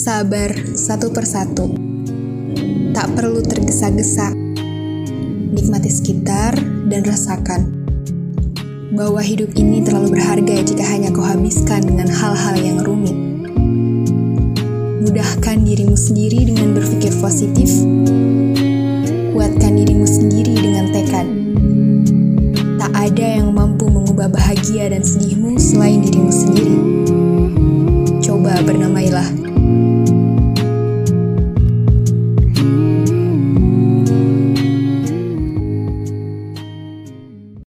Sabar satu persatu. Tak perlu tergesa-gesa. Nikmati sekitar dan rasakan bahwa hidup ini terlalu berharga jika hanya kau habiskan dengan hal-hal yang rumit. Mudahkan dirimu sendiri dengan berpikir positif. Kuatkan dirimu sendiri dengan tekad. Tak ada yang mampu mengubah bahagia dan sedihmu selain dirimu sendiri.